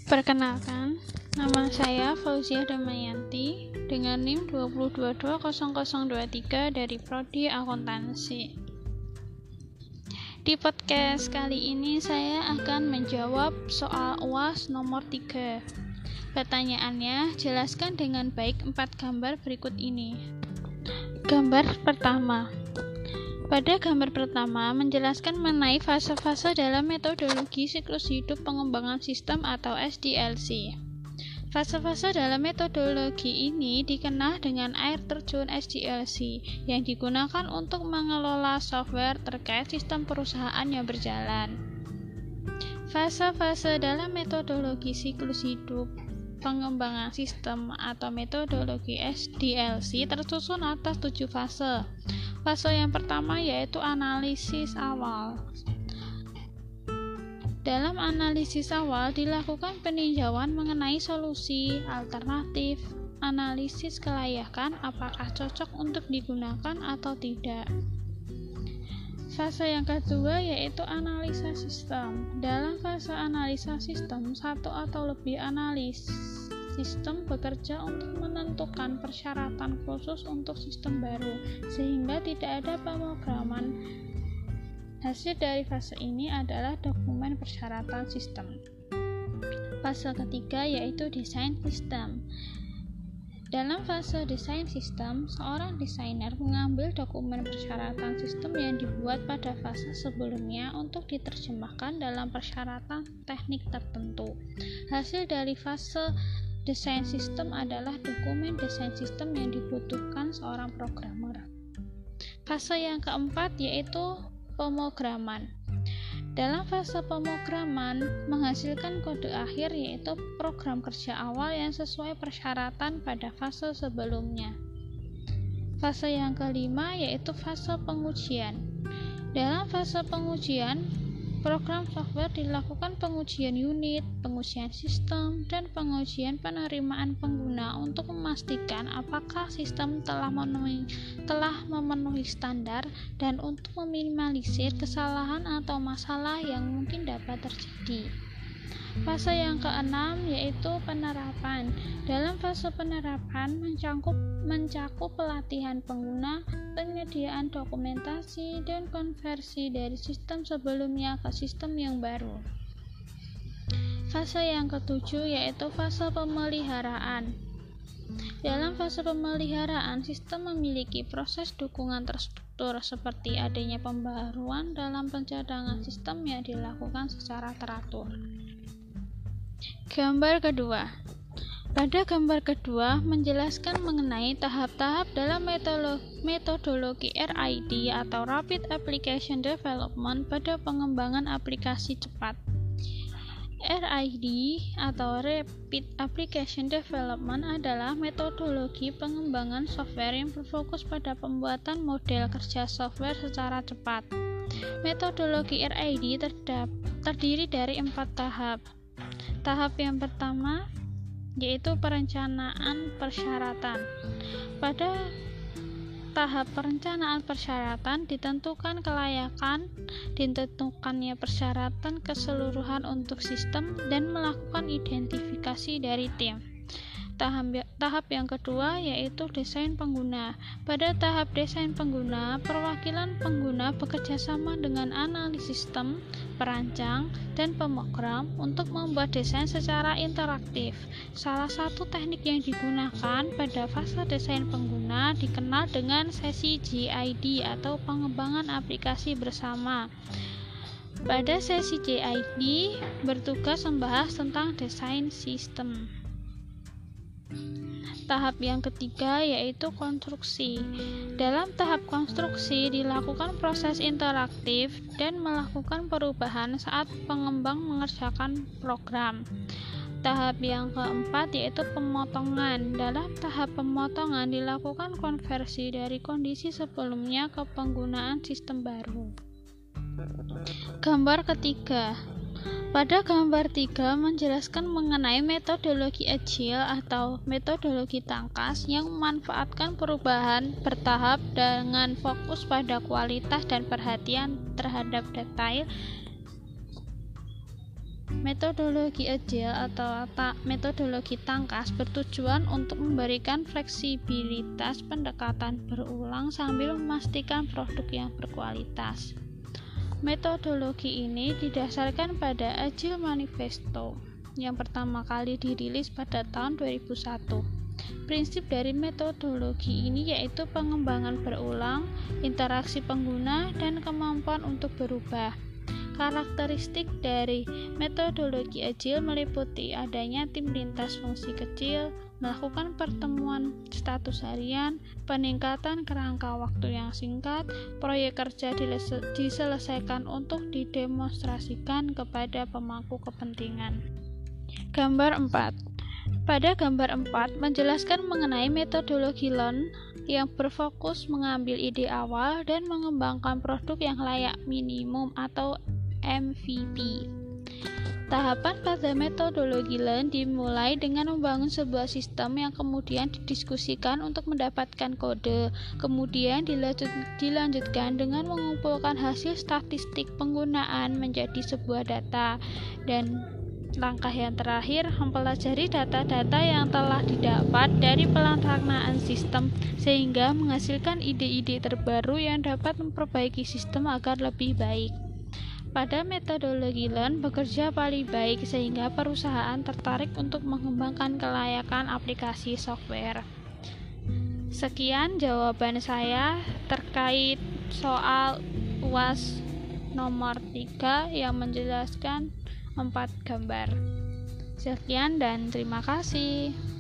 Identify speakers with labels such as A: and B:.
A: Perkenalkan, nama saya Fauzia Damayanti dengan NIM 2220023 dari Prodi Akuntansi. Di podcast kali ini saya akan menjawab soal UAS nomor 3. Pertanyaannya, jelaskan dengan baik 4 gambar berikut ini. Gambar pertama. Pada gambar pertama, menjelaskan mengenai fase-fase dalam metodologi siklus hidup pengembangan sistem atau SDLC. Fase-fase dalam metodologi ini dikenal dengan air terjun SDLC yang digunakan untuk mengelola software terkait sistem perusahaan yang berjalan. Fase-fase dalam metodologi siklus hidup pengembangan sistem atau metodologi SDLC tersusun atas 7 fase. Fase yang pertama yaitu analisis awal. Dalam analisis awal dilakukan peninjauan mengenai solusi, alternatif, analisis kelayakan apakah cocok untuk digunakan atau tidak. Fase yang kedua yaitu analisa sistem. Dalam fase analisa sistem, satu atau lebih analis sistem bekerja untuk menentukan persyaratan khusus untuk sistem baru, sehingga tidak ada pemrograman. Hasil dari fase ini adalah dokumen persyaratan sistem. Fase ketiga yaitu desain sistem. Dalam fase desain sistem, seorang desainer mengambil dokumen persyaratan sistem yang dibuat pada fase sebelumnya untuk diterjemahkan dalam persyaratan teknik tertentu. Hasil dari fase desain sistem adalah dokumen desain sistem yang dibutuhkan seorang programmer. Fase yang keempat yaitu pemrograman. Dalam fase pemrograman menghasilkan kode akhir yaitu program kerja awal yang sesuai persyaratan pada fase sebelumnya. Fase yang kelima yaitu fase pengujian. Dalam fase pengujian, program software dilakukan pengujian unit, pengujian sistem, dan pengujian penerimaan pengguna untuk memastikan apakah sistem telah memenuhi standar dan untuk meminimalisir kesalahan atau masalah yang mungkin dapat terjadi. Fase yang keenam yaitu penerapan. Dalam fase penerapan mencakup pelatihan pengguna, penyediaan dokumentasi, dan konversi dari sistem sebelumnya ke sistem yang baru. Fase yang ketujuh yaitu fase pemeliharaan. Dalam fase pemeliharaan, sistem memiliki proses dukungan terstruktur seperti adanya pembaharuan dalam pencadangan sistem yang dilakukan secara teratur. Gambar kedua. Pada gambar kedua menjelaskan mengenai tahap-tahap dalam metodologi RID atau Rapid Application Development pada pengembangan aplikasi cepat. RID atau Rapid Application Development adalah metodologi pengembangan software yang berfokus pada pembuatan model kerja software secara cepat. Metodologi RID terdiri dari 4 tahap. Tahap yang pertama yaitu perencanaan persyaratan. Pada tahap perencanaan persyaratan ditentukan kelayakan, ditentukannya persyaratan keseluruhan untuk sistem, dan melakukan identifikasi dari tim. Tahap yang kedua yaitu desain pengguna. Pada tahap desain pengguna, perwakilan pengguna bekerjasama dengan analis sistem, perancang, dan pemrogram untuk membuat desain secara interaktif. Salah satu teknik yang digunakan pada fase desain pengguna dikenal dengan sesi JID atau pengembangan aplikasi bersama. Pada sesi JID bertugas membahas tentang desain sistem. Tahap yang ketiga yaitu konstruksi. Dalam tahap konstruksi dilakukan proses interaktif dan melakukan perubahan saat pengembang mengerjakan program. Tahap yang keempat yaitu pemotongan. Dalam tahap pemotongan dilakukan konversi dari kondisi sebelumnya ke penggunaan sistem baru. Gambar ketiga. Pada gambar 3 menjelaskan mengenai metodologi Agile atau metodologi tangkas yang memanfaatkan perubahan bertahap dengan fokus pada kualitas dan perhatian terhadap detail Metodologi agile atau metodologi tangkas bertujuan untuk memberikan fleksibilitas pendekatan berulang sambil memastikan produk yang berkualitas. Metodologi ini didasarkan pada Agile Manifesto yang pertama kali dirilis pada tahun 2001. Prinsip dari metodologi ini yaitu pengembangan berulang, interaksi pengguna, dan kemampuan untuk berubah. Karakteristik dari metodologi agile meliputi adanya tim lintas fungsi kecil, melakukan pertemuan status harian, peningkatan kerangka waktu yang singkat, proyek kerja diselesaikan untuk didemonstrasikan kepada pemangku kepentingan. Gambar 4. Pada gambar 4 menjelaskan mengenai metodologi Lean yang berfokus mengambil ide awal dan mengembangkan produk yang layak minimum atau MVP. Tahapan pada metodologi Lean dimulai dengan membangun sebuah sistem yang kemudian didiskusikan untuk mendapatkan kode. Kemudian dilanjutkan dengan mengumpulkan hasil statistik penggunaan menjadi sebuah data. Dan langkah yang terakhir, mempelajari data-data yang telah didapat dari pelaksanaan sistem sehingga menghasilkan ide-ide terbaru yang dapat memperbaiki sistem agar lebih baik. Pada metodologi Lean bekerja paling baik sehingga perusahaan tertarik untuk mengembangkan kelayakan aplikasi software. Sekian jawaban saya terkait soal UAS nomor 3 yang menjelaskan 4 gambar. Sekian dan terima kasih.